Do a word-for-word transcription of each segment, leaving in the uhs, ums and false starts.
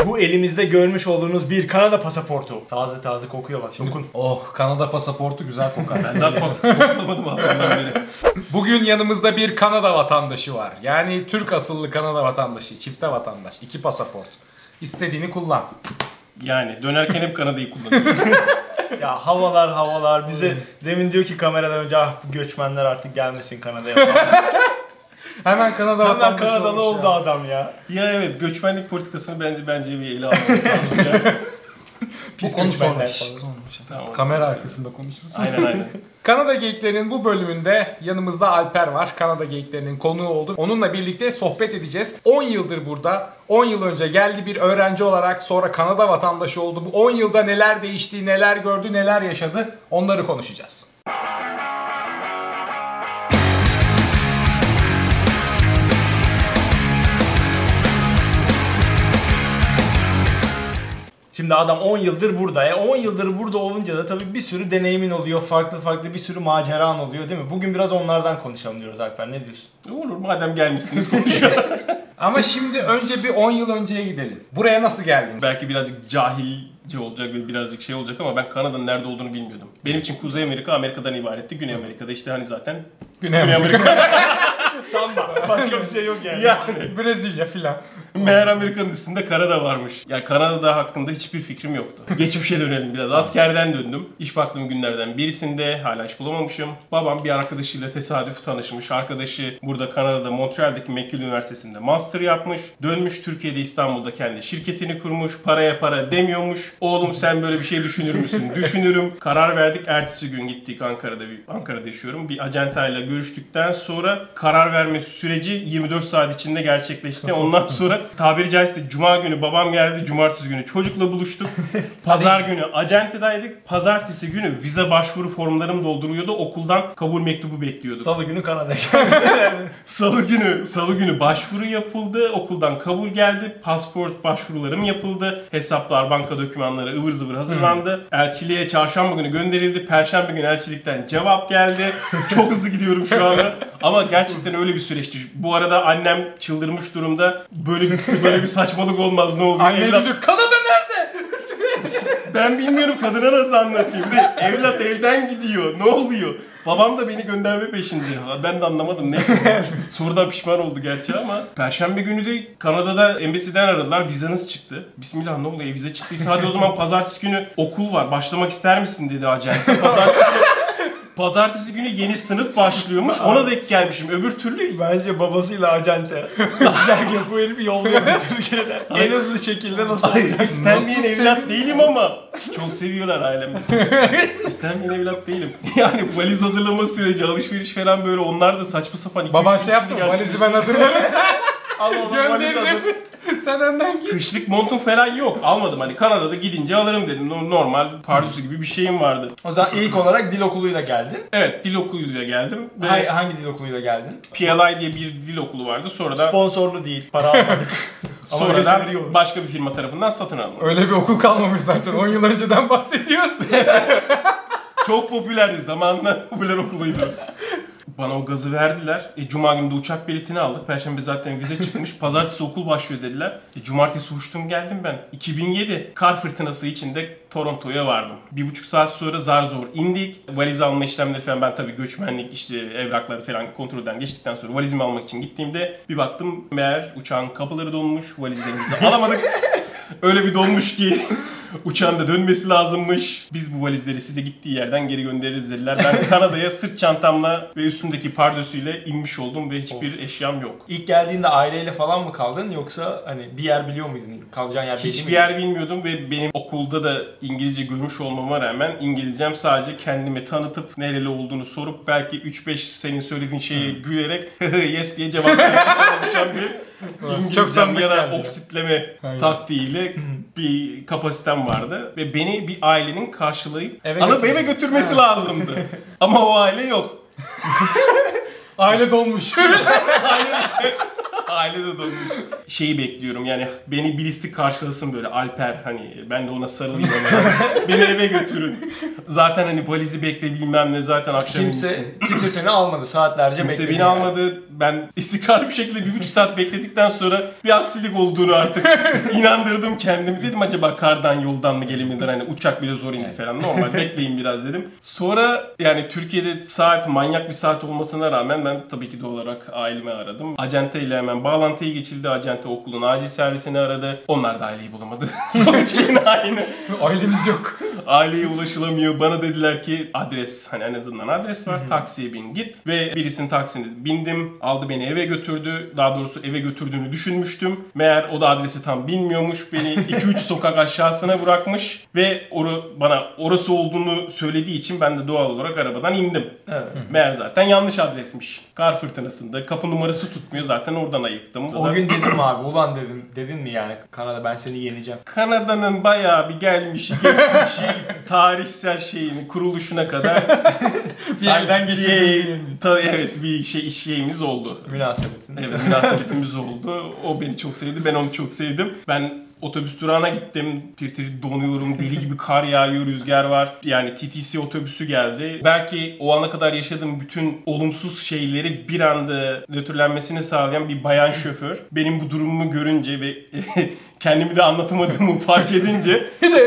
Bu elimizde görmüş olduğunuz bir Kanada pasaportu. Taze taze kokuyor bak. Dokun. Oh, Kanada pasaportu güzel kokar. Ben daha koklamadım aklımdan beri. Bugün yanımızda bir Kanada vatandaşı var. Yani Türk asıllı Kanada vatandaşı, çifte vatandaş, iki pasaport. İstediğini kullan. Yani dönerken hep Kanada'yı kullanıyorum. Ya havalar havalar bize demin diyor ki kameradan önce ah bu göçmenler artık gelmesin Kanada'ya falan. Hemen Kanada Hemen vatandaşı Kanadalı oldu ya. adam ya. Ya evet, göçmenlik politikasını bence bence bir ele almamız lazım ya. Bu konu sonra. göçmenler Şşş, falan. olmuş. Tamam. Kamera arkasında konuşuruz. Aynen aynen. Kanada Geyiklerinin bu bölümünde yanımızda Alper var. Kanada Geyiklerinin konuğu oldu. Onunla birlikte sohbet edeceğiz. on yıldır burada. on yıl önce geldi bir öğrenci olarak, sonra Kanada vatandaşı oldu. Bu on yılda neler değişti, neler gördü, neler yaşadı, onları konuşacağız. Şimdi adam on yıldır burada. E on yıldır burada olunca da tabii bir sürü deneyimin oluyor. Farklı farklı bir sürü maceran oluyor değil mi? Bugün biraz onlardan konuşalım diyoruz Alper. Ne diyorsun? Olur, madem gelmişsiniz konuşalım. Ama şimdi önce bir on yıl önceye gidelim. Buraya nasıl geldin? Belki birazcık cahilce olacak ve birazcık şey olacak ama ben Kanada'nın nerede olduğunu bilmiyordum. Benim için Kuzey Amerika Amerika'dan ibaretti. Güney Amerika'da işte hani zaten Güney Güney Amerika, Amerika. Sanma. Başka bir şey yok yani. Yani Brezilya filan. meğer Amerika'nın üstünde Kanada varmış. Ya Kanada hakkında hiçbir fikrim yoktu. Geçmişe dönelim biraz. Askerden döndüm. İş baktığım günlerden birisinde hala iş bulamamışım. Babam bir arkadaşıyla tesadüf tanışmış. Arkadaşı burada Kanada'da Montreal'deki McGill Üniversitesi'nde master yapmış. Dönmüş Türkiye'de İstanbul'da kendi şirketini kurmuş. Paraya para demiyormuş. Oğlum sen böyle bir şey düşünür müsün? Düşünürüm. Karar verdik. Ertesi gün gittik Ankara'da. Bir, Ankara'da yaşıyorum. Bir acentayla görüştükten sonra karar verme süreci yirmi dört saat içinde gerçekleşti. Ondan sonra tabiri caizse cuma günü babam geldi. Cumartesi günü çocukla buluştuk. Pazar günü acentedaydık. Pazartesi günü vize başvuru formlarım dolduruyordu. Okuldan kabul mektubu bekliyorduk. Salı günü Kanada'ya Salı günü, salı günü başvuru yapıldı. Okuldan kabul geldi. Pasport başvurularım yapıldı. Hesaplar, banka dokümanları ıvır zıvır hazırlandı. Hmm. Elçiliğe çarşamba günü gönderildi. Perşembe günü elçilikten cevap geldi. Çok hızlı gidiyorum şu anda. Ama gerçekten öyle bir süreçti. Bu arada annem çıldırmış durumda. Böyle bir böyle bir saçmalık olmaz, ne oluyor? Anne Evlat... diyor, Kanada nerede? Ben bilmiyorum, kadına nasıl anlatayım. De, evlat evden gidiyor. Ne oluyor? Babam da beni gönderme peşinde. Ben de anlamadım. Neyse. Sonradan pişman oldu gerçi ama. Perşembe günü de Kanada'da embassy'den aradılar. Vizanız çıktı. Bismillah, ne oluyor? Vize çıktıysa hadi o zaman pazartesi günü okul var. Başlamak ister misin dedi acayip. Pazartesi günü, pazartesi günü yeni sınıf başlıyormuş. Ona denk gelmişim. Öbür türlü... Bence babasıyla acente. Derken bu herifi yolluyor Türkiye'den. En hızlı şekilde nasıl olacak? İstenmeyen evlat değilim ama çok seviyorlar ailemde. İstenmeyen evlat değilim. Yani valiz hazırlama süreci, alışveriş falan böyle, onlar da saçma sapan. Baban şey yaptı mı? Valizi ben hazırlarım. Al oğlum valiz hazır. Gönderin. Sen önden git. Kışlık montum falan yok. Almadım, hani Kanada'da gidince alırım dedim. Normal pardüsü gibi bir şeyim vardı. O zaman ilk olarak dil okuluyla geldin. Evet, dil okuluyla geldim. Ve Hangi, hangi dil okuluyla geldin? P L I diye bir dil okulu vardı. Sonradan Sponsorlu değil. Para almadık. Ama resimleri sonradan yoğun. başka bir firma tarafından satın aldım. Öyle bir okul kalmamış zaten. on yıl önceden bahsediyorsun. Çok popülerdi. Zamanında popüler okuluydu. Bana o gazı verdiler. E, Cuma günü de uçak biletini aldık. Perşembe zaten vize çıkmış. Pazartesi okul başlıyor dediler. E, Cumartesi uçtum geldim ben. iki bin yedi kar fırtınası içinde Toronto'ya vardım. Bir buçuk saat sonra zar zor indik. Valiz alma işlemleri falan, ben tabii göçmenlik işte evrakları falan kontrolden geçtikten sonra valizimi almak için gittiğimde bir baktım meğer uçağın kapıları donmuş. Valizlerimizi alamadık. Öyle bir donmuş ki uçağın da dönmesi lazımmış. Biz bu valizleri size gittiği yerden geri göndeririz dediler. Ben Kanada'ya sırt çantamla ve üstümdeki pardösüyle inmiş oldum ve hiçbir of. eşyam yok. İlk geldiğinde aileyle falan mı kaldın yoksa hani bir yer biliyor muydun? Kalacağın yer belli miydi? Hiçbir yer bilmiyordum ve benim okulda da İngilizce görmüş olmama rağmen İngilizcem sadece kendimi tanıtıp nereli olduğunu sorup belki üç beş senin söylediğin şeye hmm. gülerek yes diye cevap vermeye çalışan bir İngilizcem ya da oksitleme Aynen. taktiğiyle bir kapasitem vardı ve beni bir ailenin karşılayıp eve alıp eve götürmesi lazımdı. Ama o aile yok. Aile dolmuş. aile, Ailede donmuş. Şeyi bekliyorum yani beni birisi karşılasın böyle Alper hani ben de ona sarılayım ona. Beni eve götürün. Zaten hani valizi bekle bilmem ne zaten akşam Kimse insin. kimse seni almadı. Saatlerce Kimse bekledi beni yani. almadı. Ben istikrarlı bir şekilde bir buçuk saat bekledikten sonra bir aksilik olduğunu artık inandırdım kendimi. Dedim acaba kardan yoldan mı gelemediler hani uçak bile zor indi Evet. falan. Normal bekleyin biraz dedim. Sonra yani Türkiye'de saat manyak bir saat olmasına rağmen ben tabii ki de olarak ailemi aradım. Acente ile hemen bağlantıya geçildi. Acente okulun acil servisini aradı. Onlar da aileyi bulamadı. Sonuç yine aynı. Ailemiz yok. Aileye ulaşılamıyor. Bana dediler ki adres hani en azından adres var. Taksiye bin git. Ve birisinin taksine bindim. Aldı beni eve götürdü. Daha doğrusu eve götürdüğünü düşünmüştüm. Meğer o da adresi tam bilmiyormuş. Beni iki üç sokak aşağısına bırakmış. Ve or- bana orası olduğunu söylediği için ben de doğal olarak arabadan indim. Evet. Meğer zaten yanlış adresmiş. Kar fırtınasında. Kapı numarası tutmuyor. Zaten oradan ayıktım. O gün dedim mi abi? Ulan dedim. Dedin mi yani? Kanada ben seni yeneceğim. Kanada'nın bayağı bir gelmişi geçmişi tarihsel şeyini kuruluşuna kadar Bir elden bir, geçirdim. ta, evet bir şey iş şeyimiz oldu. Münasebetin. Evet münasebetimiz oldu. O beni çok sevdi. Ben onu çok sevdim. Ben otobüs durağına gittim. Tir tir donuyorum. Deli gibi kar yağıyor, rüzgar var. Yani T T C otobüsü geldi. Belki o ana kadar yaşadığım bütün olumsuz şeyleri bir anda nötrlenmesini sağlayan bir bayan şoför. Benim bu durumumu görünce ve kendimi de anlatamadığımı fark edince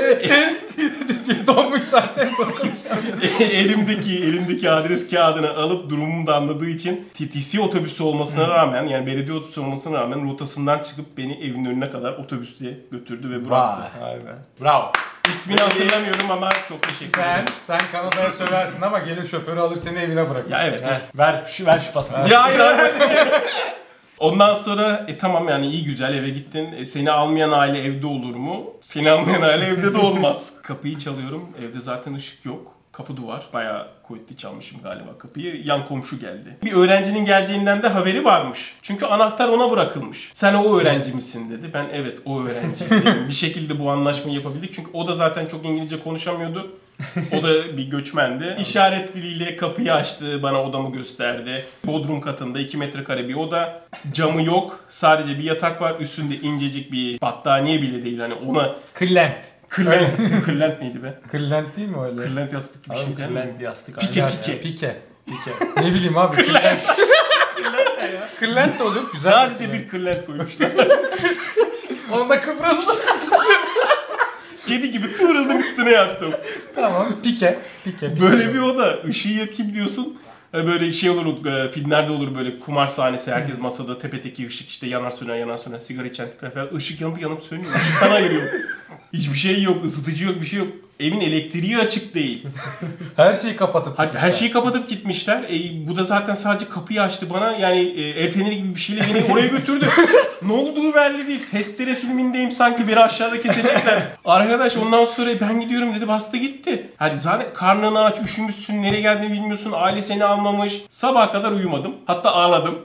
Donmuş zaten. Konuşamıyorum. elimdeki elimdeki adres kağıdını alıp durumumu da anladığı için T T C otobüsü olmasına rağmen yani belediye otobüsü olmasına rağmen rotasından çıkıp beni evin önüne kadar otobüsle götürdü ve bıraktı. Vay be. Bravo. İsmini hatırlamıyorum ama çok teşekkür Sen, ederim. sen Kanada'ya söversin ama gelir şoförü alır seni evine bırakır. Ya evet. Evet, ver şu ver şu pasaportu. Ya hayır hayır. Ondan sonra e tamam yani iyi güzel eve gittin. E, seni almayan aile evde olur mu? Seni almayan aile evde de olmaz. Kapıyı çalıyorum. Evde zaten ışık yok. Kapı duvar. Bayağı kuvvetli çalmışım galiba kapıyı. Yan komşu geldi. Bir öğrencinin geleceğinden de haberi varmış. Çünkü anahtar ona bırakılmış. Sen o öğrenci misin dedi. Ben evet o öğrenci dedim. Bir şekilde bu anlaşmayı yapabildik. Çünkü o da zaten çok İngilizce konuşamıyordu. O da bir göçmendi. İşaret diliyle kapıyı açtı, bana odamı gösterdi. Bodrum katında iki metrekare bir oda. Camı yok. Sadece bir yatak var. Üstünde incecik bir battaniye bile değil. Hani ona Kırlent. kırlent, kırlent neydi be? Kırlent değil mi öyle? Kırlent yastık gibi bir Abi şey değil mi? kırlent yastık. Pike, aynen. pike. Pike. Pike. Ne bileyim abi. Kırlent. Kırlent de olur. Güzel. Sadece bir kırlent koymuşlar. Onda kıvrıldı. Kedi gibi kıvrıldım üstüne yattım. Tamam. Pike. Pike. pike. Böyle bir oda. Işığı yakayım diyorsun. Böyle şey olur, e, filmlerde olur böyle kumar sahnesi. Herkes masada tepedeki ışık işte yanar söner yanar söner. Sigara içen tipler falan. Işık yanıp yanıp sönüyor. Işıktan ayırıyor. Hiçbir şey yok. Isıtıcı yok. Bir şey yok. Evin elektriği açık değil. Her şeyi kapatıp Her, gitmişler. her şeyi kapatıp gitmişler. E, bu da zaten sadece kapıyı açtı bana. Yani e, el feneri gibi bir şeyle beni oraya götürdü. Ne olduğu belli değil. Testere filmindeyim sanki, beni aşağıda kesecekler. Arkadaş ondan sonra ben gidiyorum dedi, bastı gitti. Hadi zaten karnını aç, üşümüşsün, nereye geldiğini bilmiyorsun, aile seni almamış. Sabaha kadar uyumadım. Hatta ağladım.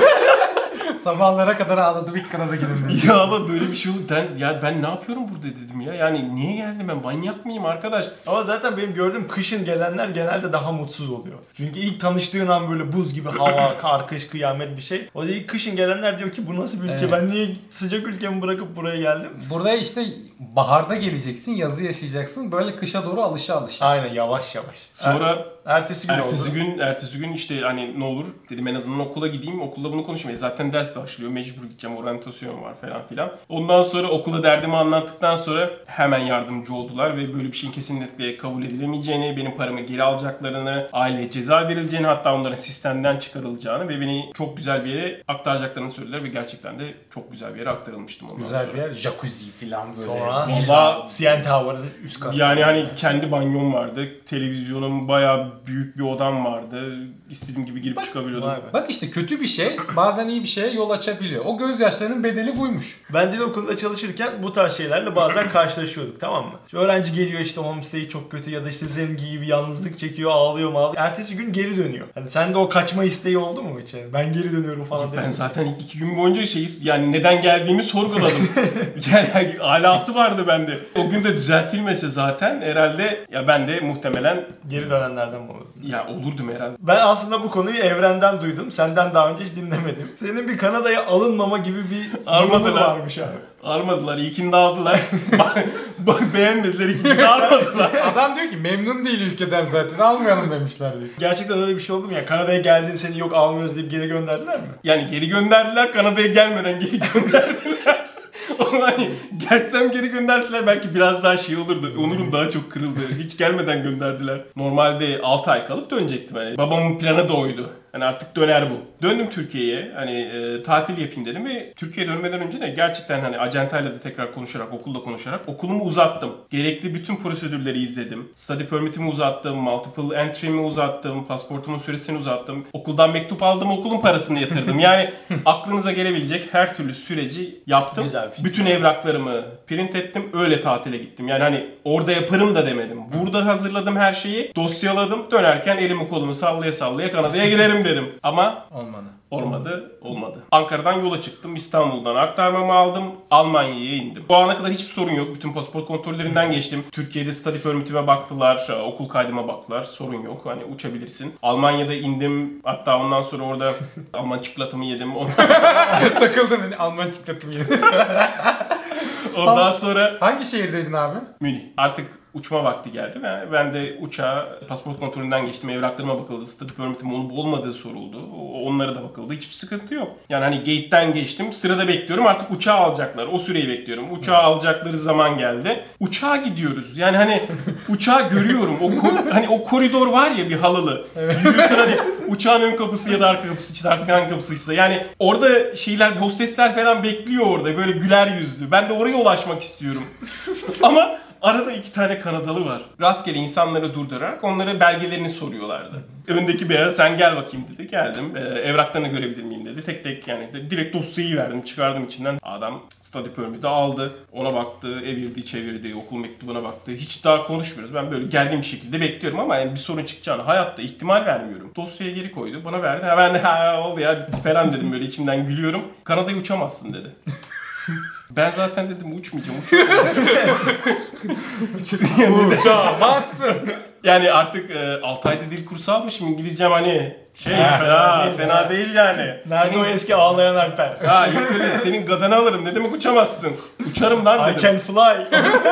Sabahlara kadar ağladım ilk Kanada gününde. Ya ama böyle bir şey oldu. Ben, ya ben ne yapıyorum burada dedim ya. Yani niye geldim ben? Manyak mıyım arkadaş? Ama zaten benim gördüğüm kışın gelenler genelde daha mutsuz oluyor. Çünkü ilk tanıştığın an böyle buz gibi hava, kar, kış, kıyamet bir şey. O da ilk kışın gelenler diyor ki bu nasıl bir ülke? Evet. Ben niye sıcak ülkemi bırakıp buraya geldim? Burada işte baharda geleceksin, yazı yaşayacaksın. Böyle kışa doğru alışa alışa. Aynen, yavaş yavaş. Sonra Er- ertesi gün ertesi oldu. gün ertesi gün işte hani ne olur dedim, en azından okula gideyim, okulda bunu konuşmayayım. Zaten ders başlıyor, mecbur gideceğim, oryantasyon var falan filan. Ondan sonra okula derdimi anlattıktan sonra hemen yardımcı oldular ve böyle bir şeyin kesinlikle kabul edilemeyeceğini, benim paramı geri alacaklarını, aileye ceza verileceğini, hatta onların sistemden çıkarılacağını ve beni çok güzel bir yere aktaracaklarını söylediler ve gerçekten de çok güzel bir yere aktarılmıştım ondan Güzel sonra. bir yer. Jacuzzi falan böyle. Sonra Valla C N Tower'ın üst katı. yani hani kendi banyom vardı, televizyonum, bayağı büyük bir odam vardı. İstediğim gibi girip çıkabiliyordum. Vay be. Bak işte kötü bir şey bazen iyi bir şeye yol açabiliyor. O gözyaşlarının bedeli buymuş. Ben dil okulunda çalışırken bu tarz şeylerle bazen karşılaşıyorduk, tamam mı? İşte öğrenci geliyor, işte homestay çok kötü ya da işte senin gibi yalnızlık çekiyor, ağlıyor mu ağlıyor. Ertesi gün geri dönüyor. Hani sende o kaçma isteği oldu mu hiç? Yani ben geri dönüyorum falan dedim. Ben zaten ilk iki gün boyunca şeyi, yani neden geldiğimi sorguladım. Yani alası vardı bende. O gün de düzeltilmese zaten herhalde ya ben de muhtemelen Geri dönenlerden Sen mi olurdun? Ya olurdum herhalde. Ben aslında bu konuyu Evren'den duydum. Senden daha önce hiç dinlemedim. Senin bir Kanada'ya alınmama gibi bir Almadılar. durumun varmış abi. Almadılar. İlkini de aldılar. Bak beğenmediler. İkinci de almadılar. Adam diyor ki memnun değil ülkeden zaten almayalım demişler diyor. Gerçekten öyle bir şey oldu mu ya? Kanada'ya geldin seni yok almıyoruz deyip geri gönderdiler mi? Yani geri gönderdiler. Kanada'ya gelmeden geri gönderdiler. Ama hani gelsem geri gönderdiler belki biraz daha şey olurdu. Onurum daha çok kırıldı. Hiç gelmeden gönderdiler. Normalde altı ay kalıp dönecektim. Yani babamın planı da oydu. Hani artık döner bu. Döndüm Türkiye'ye. Hani e, tatil yapayım dedim ve Türkiye'ye dönmeden önce de gerçekten hani acentayla da tekrar konuşarak, okulda konuşarak okulumu uzattım. Gerekli bütün prosedürleri izledim. Study permit'imi uzattım, multiple entry'mi uzattım, pasportumun süresini uzattım. Okuldan mektup aldım, okulun parasını yatırdım. Yani aklınıza gelebilecek her türlü süreci yaptım. Güzel bir şey. Bütün evraklarımı print ettim, öyle tatile gittim. Yani hani orada yaparım da demedim. Burada hazırladım her şeyi, dosyaladım. Dönerken elimi kolumu sallaya sallaya Kanada'ya giderim dedim. Ama Olmadı. olmadı, olmadı. Ankara'dan yola çıktım, İstanbul'dan aktarmamı aldım, Almanya'ya indim. Bu ana kadar hiçbir sorun yok. Bütün pasaport kontrollerinden geçtim. Türkiye'de study permit'ime baktılar, okul kaydıma baktılar. Sorun yok. Hani uçabilirsin. Almanya'da indim. Hatta ondan sonra orada Alman çikolatımı yedim. Ondan, Takıldım beni Alman çikolatamı yedim. ondan sonra Hangi şehirdeydin abi? Münih. Artık uçma vakti geldi ve ben de uçağa pasaport kontrolünden geçtim. Evraklarıma bakıldı. Study permit'im olup olmadığı soruldu. Onlara da bakıldı. Hiçbir sıkıntı yok. Yani hani gate'den geçtim. Sırada bekliyorum. Artık uçağı alacaklar. O süreyi bekliyorum. Uçağı alacakları zaman geldi. Uçağa gidiyoruz. Yani hani uçağı görüyorum. O ko- hani o koridor var ya bir halılı. Yürüyorsun hani uçağın ön kapısı ya da arka kapısı işte artık hangi kapısıysa. Yani orada şeyler, hostesler falan bekliyor orada. Böyle güler yüzlü. Ben de oraya ulaşmak istiyorum. Ama arada iki tane Kanadalı var. Rastgele insanları durdurarak onlara belgelerini soruyorlardı. Öndeki beyaz sen gel bakayım dedi. Geldim. Ee, evraklarını görebilir miyim dedi. Tek tek yani de, direkt dosyayı verdim. Çıkardım içinden. Adam study permit'i aldı. Ona baktı. Evirdi çevirdi. Okul mektubuna baktı. Hiç daha konuşmuyoruz. Ben böyle gergin bir şekilde bekliyorum ama yani bir sorun çıkacağını hayatta ihtimal vermiyorum. Dosyaya geri koydu. Bana verdi. Ha, ben de ha oldu ya bitti falan dedim. Böyle içimden gülüyorum. Kanada'ya uçamazsın dedi. Ben zaten dedim uçmayacağım. Uçamazsın. Uçamazsın. Yani artık e, altı ayda dil kursu almışım. İngilizcem hani şey Ha, fena, değil, fena ha. değil yani. Nerede o eski ağlayan Alper? Ha yok öyle senin gadanı alırım. Ne demek uçamazsın? Uçarım lan I dedim. can fly.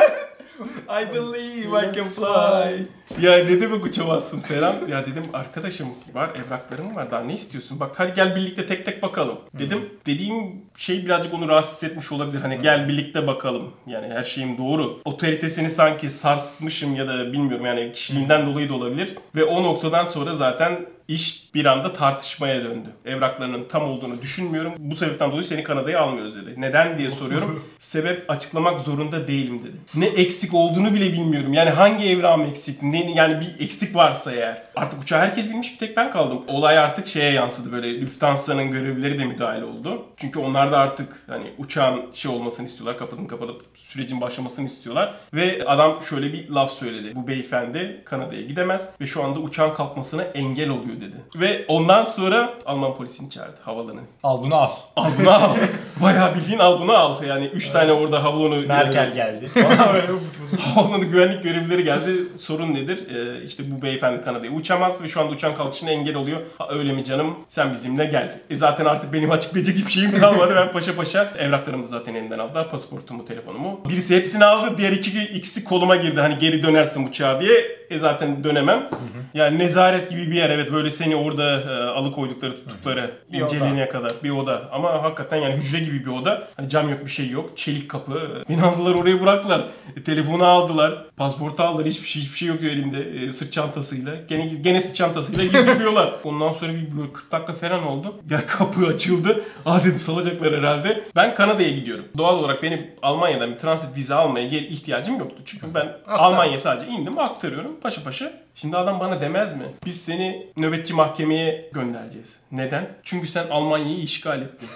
I believe I can fly. Ya ne demek uçamazsın falan. Ya dedim arkadaşım var evraklarım var daha ne istiyorsun? Bak hadi gel birlikte tek tek bakalım. Dedim dediğim şey birazcık onu rahatsız etmiş olabilir. Hani gel birlikte bakalım. Yani her şeyim doğru. Otoritesini sanki sarsmışım ya da bilmiyorum yani kişiliğinden dolayı da olabilir. Ve o noktadan sonra zaten iş bir anda tartışmaya döndü. Evraklarının tam olduğunu düşünmüyorum. Bu sebepten dolayı seni Kanada'ya almıyoruz dedi. Neden diye soruyorum. Sebep açıklamak zorunda değilim dedi. Ne eksik olduğunu bile bilmiyorum. Yani hangi evrağım eksik? Ne, yani bir eksik varsa eğer. Artık uçağı herkes bilmiş bir tek ben kaldım. Olay artık şeye yansıdı böyle Lufthansa'nın görevlileri de müdahale oldu. Çünkü onlar da artık hani uçağın şey olmasını istiyorlar. Kapatıp kapatıp sürecin başlamasını istiyorlar. Ve adam şöyle bir laf söyledi. Bu beyefendi Kanada'ya gidemez ve şu anda uçağın kalkmasına engel oluyor dedi. Ve ondan sonra Alman polisini çağırdı havalanı. Al bunu al. Al bunu al. Bayağı bildiğin al bunu al. Yani üç tane orada havalanı... Merkel geldi. Havaalanı güvenlik görevlileri geldi. Sorun nedir? Ee, işte bu beyefendi Kanada'ya uçamaz ve şu anda uçağın kalkışına engel oluyor. Ha, öyle mi canım? Sen bizimle gel. E zaten artık benim açıklayacak hiçbir şeyim kalmadı. Ben paşa paşa evraklarımı da zaten elimden aldılar. Pasaportumu, telefonumu. Birisi hepsini aldı. Diğer iki ikisi koluma girdi. Hani geri dönersin uçağa diye. E zaten dönemem. Hı hı. Yani nezaret gibi bir yer. Evet böyle seni orada e, alıkoydukları, tuttukları Bir inceliğine oda. kadar bir oda. Ama hakikaten yani hücre gibi bir oda. Hani cam yok bir şey yok. Çelik kapı. Beni aldılar oraya bıraktılar. E, telefonu aldılar. Pasaportu aldılar. Hiçbir şey hiçbir şey yok elimde. E, sırt çantasıyla. Gene gene sırt çantasıyla gidiyorlar. Ondan sonra bir böyle kırk dakika falan oldu. Ya kapı açıldı. Aa dedim salacaklar herhalde. Ben Kanada'ya gidiyorum. Doğal olarak benim Almanya'dan bir transit vize almaya gel ihtiyacım yoktu. Çünkü ben Almanya'ya sadece indim aktarıyorum. Paşa paşa. Şimdi adam bana demez mi? Biz seni nöbetçi mahkemeye göndereceğiz. Neden? Çünkü sen Almanya'yı işgal ettin.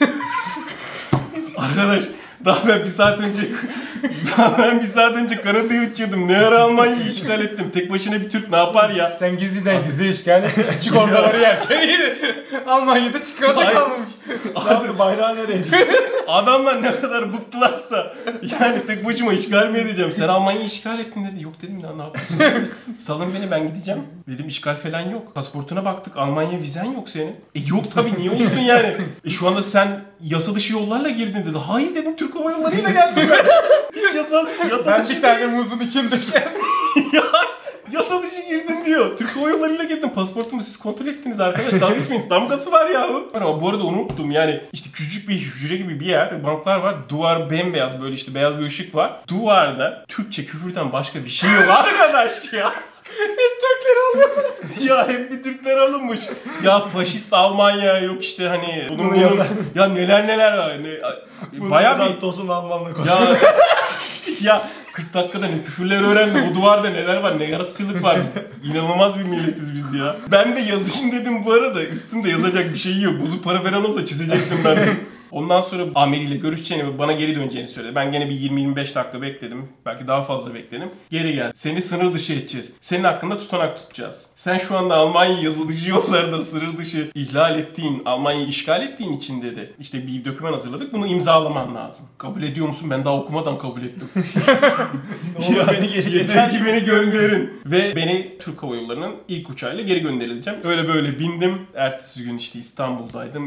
Arkadaş daha ben bir saat önce daha ben bir saat önce Kanada'ya uçuyordum. Ne ara Almanya'yı işgal ettim? Tek başına bir Türk ne yapar ya? Sen gizliden gizli işgal etmişsin. Çikolataları yerken iyiydi. Almanya'da çikolata Hayır. kalmamış. Abi bayrağı nereye dikti? Adamlar ne kadar bıktılarsa yani tek başıma işgal mi edeceğim? Sen Almanya'yı işgal ettin dedi. Yok dedim ya ne yapayım? Salın beni ben gideceğim. Dedim işgal falan yok. Pasaportuna baktık. Almanya vizen yok senin. E yok tabii niye olsun yani? E şu anda sen yasa dışı yollarla girdin dedi. Hayır dedim Türk Hava Yolları'yla geldim ben. Hiç yasa, yasa Ben dışı bir tane değil. muzun içindeyim. Ya yasa dışı girdin diyor. Türk Hava Yolları'yla girdim. Pasaportumu siz kontrol ettiniz arkadaş. Dalga geçmeyin. Damgası var yahu. Ama bu arada onu unuttum. Yani işte küçük bir hücre gibi bir yer. Banklar var. Duvar bembeyaz böyle işte beyaz bir ışık var. Duvarda Türkçe küfürden başka bir şey yok arkadaş ya. Hep Türkler alınmış. Ya hep bir Türkler alınmış. Ya faşist Almanya yok işte hani bunun, Bunu bunun, yazan- ya neler neler var. Ne, bayağı bir Tosun Almanlık olsun. ya ya kırk dakikada ne küfürler öğrendim. O duvarda neler var, ne yaratıcılık var biz. İnanılmaz bir milletiz biz ya. Ben de yazayım dedim bu arada. Üstümde yazacak bir şey yok. Bozuk para veren olsa çizecektim ben de. Ondan sonra Amir ile görüşeceğini ve bana geri döneceğini söyledi. Ben gene bir yirmi yirmi beş dakika bekledim. Belki daha fazla bekledim. Geri gel. Seni sınır dışı edeceğiz. Senin hakkında tutanak tutacağız. Sen şu anda Almanya yazılıcı yollarda sınır dışı ihlal ettiğin, Almanya'yı işgal ettiğin için dedi. İşte bir doküman hazırladık. Bunu imzalaman lazım. Kabul ediyor musun? Ben daha okumadan kabul ettim. Ya, beni geri yeter ki beni gönderin. Ve beni Türk Hava Yolları'nın ilk uçağıyla geri gönderileceğim. Öyle böyle bindim. Ertesi gün işte İstanbul'daydım.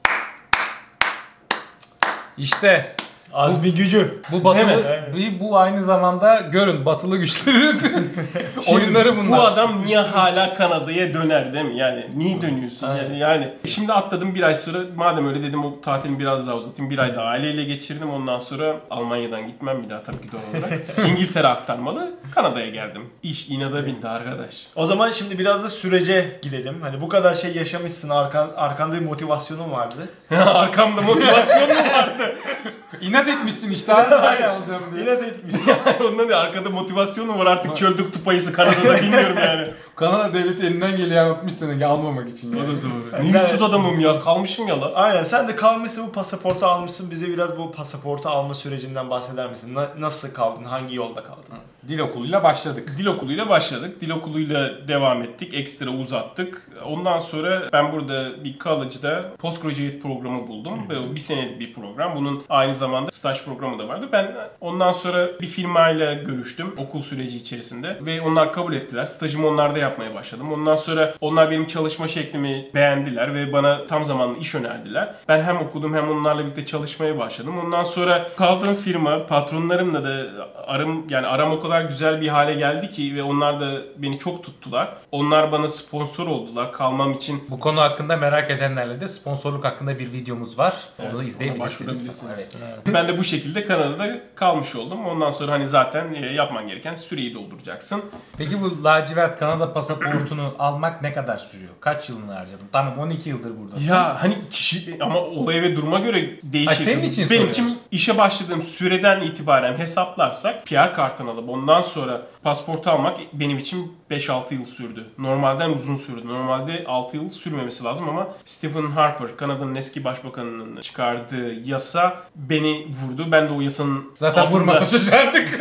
İşte Az bir gücü. bu batılı, Değil bu, bu aynı zamanda görün batılı güçlerin oyunları bunlar. Bu adam niye hala Kanada'ya döner değil mi? Yani niye dönüyorsun? Yani, yani şimdi atladım bir ay sonra madem öyle dedim o tatilimi biraz daha uzatayım. Bir ay daha aileyle geçirdim. Ondan sonra Almanya'dan gitmem bir daha tabii ki doğal olarak. İngiltere aktarmalı. Kanada'ya geldim. İş inada bindi arkadaş. O zaman şimdi biraz da sürece gidelim. Hani bu kadar şey yaşamışsın, arkan, arkanda bir motivasyonun vardı. Arkamda motivasyon mu vardı? İnat etmişsin işte abi hala alacağım diye. İnat etmişsin. Ondan da arkada motivasyonum var artık çöldük tupayısı Kanada'da bilmiyorum yani. Kanada devleti elinden geleni yapmış seni almamak için. O Yani. da doğru. Niye yüzsüz adamım ya? Kalmışım ya lan. Aynen, sen de kalmışsın, bu pasaportu almışsın. Bize biraz bu pasaportu alma sürecinden bahseder misin? Na- nasıl kaldın? Hangi yolda kaldın? Dil okuluyla başladık. Dil okuluyla başladık. Dil okuluyla devam ettik. Ekstra uzattık. Ondan sonra ben burada bir college'da postgraduate programı buldum. Ve o bir senelik bir program. Bunun aynı zamanda staj programı da vardı. Ben ondan sonra bir firmayla görüştüm okul süreci içerisinde. Ve onlar kabul ettiler. Stajımı onlarda yapmaya başladım. Ondan sonra onlar benim çalışma şeklimi beğendiler ve bana tam zamanlı iş önerdiler. Ben hem okudum hem onlarla birlikte çalışmaya başladım. Ondan sonra kaldığım firma patronlarımla da aram yani aram o kadar güzel bir hale geldi ki ve onlar da beni çok tuttular. Onlar bana sponsor oldular kalmam için. Bu konu hakkında merak edenlerle de sponsorluk hakkında bir videomuz var. Onu Evet, izleyebilirsiniz. başvurabilirsiniz. Evet. Ben de bu şekilde Kanada'da kalmış oldum. Ondan sonra hani zaten e, yapman gereken süreyi dolduracaksın. Peki bu lacivert Kanada pasaportunu almak ne kadar sürüyor? Kaç yılını harcadın? Tamam on iki yıldır buradasın. Ya hani kişi ama olaya ve duruma göre değişir. Ay, senin için Benim soruyoruz. için işe başladığım süreden itibaren hesaplarsak P R kartını alıp ondan sonra pasportu almak benim için beş altı yıl sürdü. Normalden uzun sürdü. Normalde altı yıl sürmemesi lazım ama Stephen Harper, Kanada'nın eski başbakanının çıkardığı yasa beni vurdu. Ben de o yasanın Zaten altında- vurmasa şaşardık.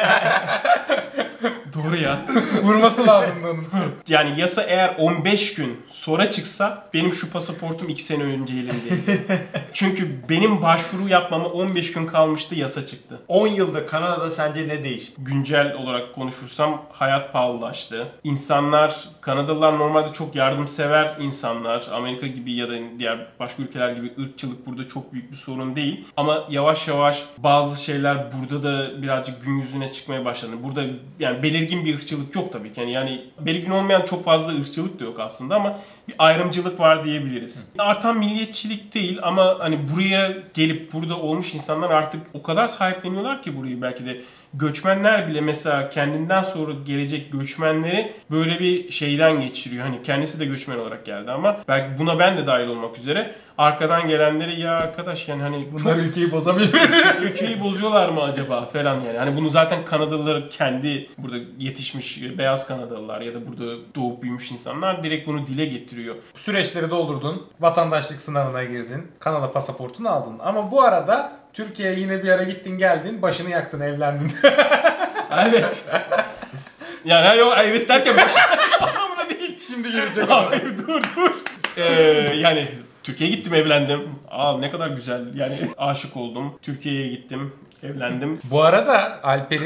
Doğru ya. Vurması lazımdı onun. Yani yasa eğer on beş gün sonra çıksa benim şu pasaportum iki sene önce elimdeydi. Çünkü benim başvuru yapmama on beş gün kalmıştı, yasa çıktı. on yılda Kanada'da sence ne değişti? Güncel olarak konuşursam hayat pahalılaştı. İnsanlar, Kanadalılar normalde çok yardımsever insanlar. Amerika gibi ya da diğer başka ülkeler gibi ırkçılık burada çok büyük bir sorun değil. Ama yavaş yavaş bazı şeyler burada da birazcık gün yüzüne çıkmaya başladı. Burada yani belirgin bir ırkçılık yok tabii ki. Yani, yani belirgin olmayan çok fazla ırkçılık da yok aslında ama bir ayrımcılık var diyebiliriz. Artan milliyetçilik değil ama hani buraya gelip burada olmuş insanlar artık o kadar sahipleniyorlar ki burayı, belki de göçmenler bile mesela kendinden sonra gelecek göçmenleri böyle bir şeyden geçiriyor. Hani kendisi de göçmen olarak geldi ama belki buna ben de dahil olmak üzere arkadan gelenleri ya arkadaş yani hani Bunlar çok ülkeyi bozabilir. ülkeyi bozuyorlar mı acaba falan yani. Hani bunu zaten Kanadalılar kendi burada yetişmiş beyaz Kanadalılar ya da burada doğup büyümüş insanlar direkt bunu dile getiriyor. Süreçleri doldurdun. Vatandaşlık sınavına girdin. Kanada pasaportunu aldın. Ama bu arada Türkiye'ye yine bir ara gittin geldin. Başını yaktın, evlendin. Evet. Yani yok evet derken baş anlamına değil. Şimdi gelecek. Hayır dur dur. Ee, yani Türkiye'ye gittim, evlendim. Aa ne kadar güzel. Yani aşık oldum. Türkiye'ye gittim, evlendim. Bu arada Alper'in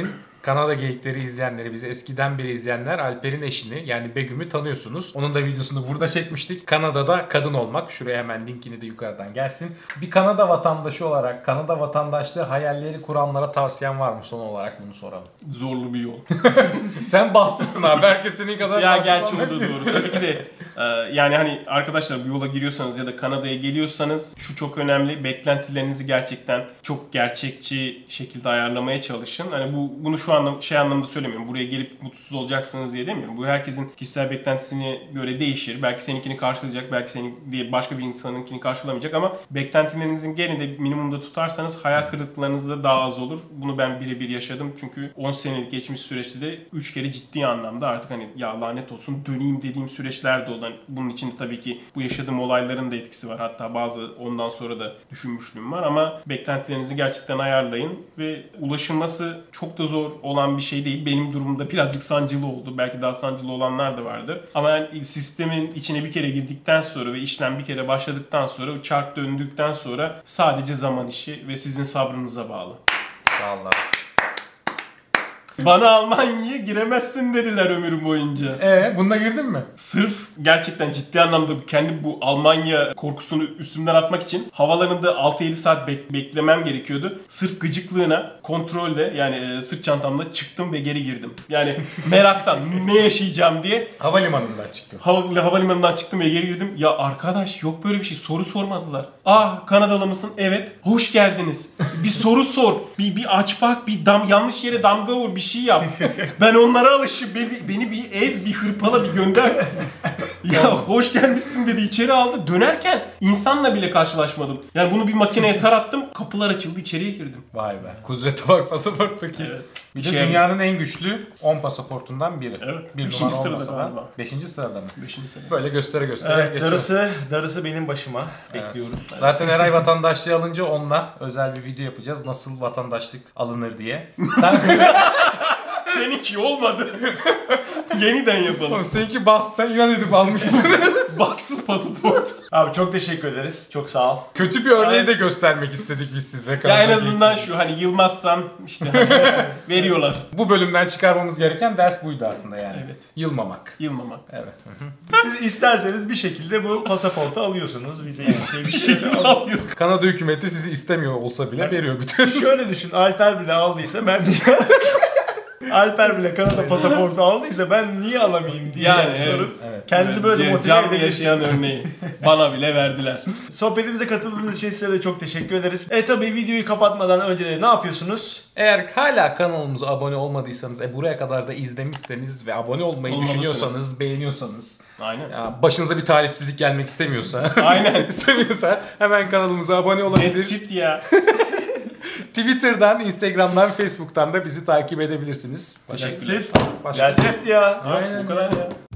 Kanada Geyikleri izleyenleri, bizi eskiden beri izleyenler Alper'in eşini yani Begüm'ü tanıyorsunuz. Onun da videosunu burada çekmiştik. Kanada'da kadın olmak. Şuraya hemen linkini de yukarıdan gelsin. Bir Kanada vatandaşı olarak Kanada vatandaşlığı hayalleri kuranlara tavsiyen var mı? Son olarak bunu soralım. Zorlu bir yol. Sen bahtsızsın abi. Herkes senin kadar Ya bahtsız gerçi o olmak da yok. doğru. Tabii ki de e, yani hani arkadaşlar bu yola giriyorsanız ya da Kanada'ya geliyorsanız şu çok önemli. Beklentilerinizi gerçekten çok gerçekçi şekilde ayarlamaya çalışın. Hani bu bunu şu anlam şey anlamda söylemiyorum. Buraya gelip mutsuz olacaksınız diye demiyorum. Bu herkesin kişisel beklentisine göre değişir. Belki seninkini karşılayacak, belki senin diye başka bir insanınkini karşılamayacak ama beklentilerinizin gene de minimumda tutarsanız hayal kırıklıklarınız da daha az olur. Bunu ben birebir yaşadım. Çünkü on senelik geçmiş süreçte de üç kere ciddi anlamda artık hani ya lanet olsun döneyim dediğim süreçler de oldu. Hani bunun içinde tabii ki bu yaşadığım olayların da etkisi var. Hatta bazı ondan sonra da düşünmüşlüğüm var ama beklentilerinizi gerçekten ayarlayın ve ulaşılması çok da zor olan bir şey değil. Benim durumumda birazcık sancılı oldu. Belki daha sancılı olanlar da vardır. Ama yani sistemin içine bir kere girdikten sonra ve işlem bir kere başladıktan sonra çark döndükten sonra sadece zaman işi ve sizin sabrınıza bağlı. Vallahi. Bana Almanya'ya giremezsin dediler ömrüm boyunca. Ee, bununla girdin mi? Sırf gerçekten ciddi anlamda kendi bu Almanya korkusunu üstümden atmak için havalarında altı yedi saat bek- beklemem gerekiyordu. Sırf gıcıklığına kontrolde yani e, sırt çantamla çıktım ve geri girdim. Yani meraktan ne yaşayacağım diye Havalimanından çıktın. hava, havalimanından çıktım ve geri girdim. Ya arkadaş yok böyle bir şey, soru sormadılar. Ah Kanadalı mısın? Evet. Hoş geldiniz. Bir soru sor. Bir, bir aç bak, bir dam, yanlış yere damga vur, bir şey yap. Ben onlara alışım. Beni, beni bir ez, bir hırpala, bir gönder. Ya hoş gelmişsin dedi, içeri aldı. Dönerken insanla bile karşılaşmadım. Yani bunu bir makineye tarattım. Kapılar açıldı, içeriye girdim. Vay be. Kudrete bak pasaporttaki. Evet. Bir de Şey- dünyanın en güçlü on pasaportundan biri. Evet. Bir Beşinci numara sırada olmasa da. galiba. Beşinci sırada mı? Beşinci sene. Böyle göstere göstere Evet, geçiyor. darısı, darısı benim başıma. Evet. Bekliyoruz. Zaten her ay vatandaşlığı alınca onunla özel bir video yapacağız. Nasıl vatandaşlık alınır diye. Sen... Seninki olmadı. Yeniden yapalım. Oğlum seninki bas, sen inan edip almışsın. Bassız pasaport. Abi çok teşekkür ederiz. Çok sağ ol. Kötü bir örneği de göstermek istedik biz size. Ya en azından şu hani yılmazsan işte hani veriyorlar. Bu bölümden çıkarmamız gereken ders buydu aslında yani. Evet. Yılmamak. Yılmamak. Evet. Siz isterseniz bir şekilde bu pasaportu alıyorsunuz. Vize yani Bir şekilde alıyorsun. Kanada hükümeti sizi istemiyor olsa bile veriyor bütün. Şöyle düşün, Alper bile aldıysa ben niye... Alper bile Kanada pasaportu aldıysa ben niye alamayayım diye Yani yani evet. sorup Evet. kendinizi böyle Evet, motive canlı edebilirsiniz. yaşayan örneği. Bana bile verdiler. Sohbetimize katıldığınız için size de çok teşekkür ederiz. E tabi videoyu kapatmadan önce de ne yapıyorsunuz? Eğer hala kanalımıza abone olmadıysanız, e, buraya kadar da izlemişseniz ve abone olmayı Olmalısınız. düşünüyorsanız, beğeniyorsanız, Aynen. ya başınıza bir talihsizlik gelmek istemiyorsa, Aynen. istemiyorsa hemen kanalımıza abone That's olabilir. it ya. Twitter'dan, Instagram'dan, Facebook'tan da bizi takip edebilirsiniz. Teşekkürler. That's it. Başka- That's it ya. Yok, bu kadar ya.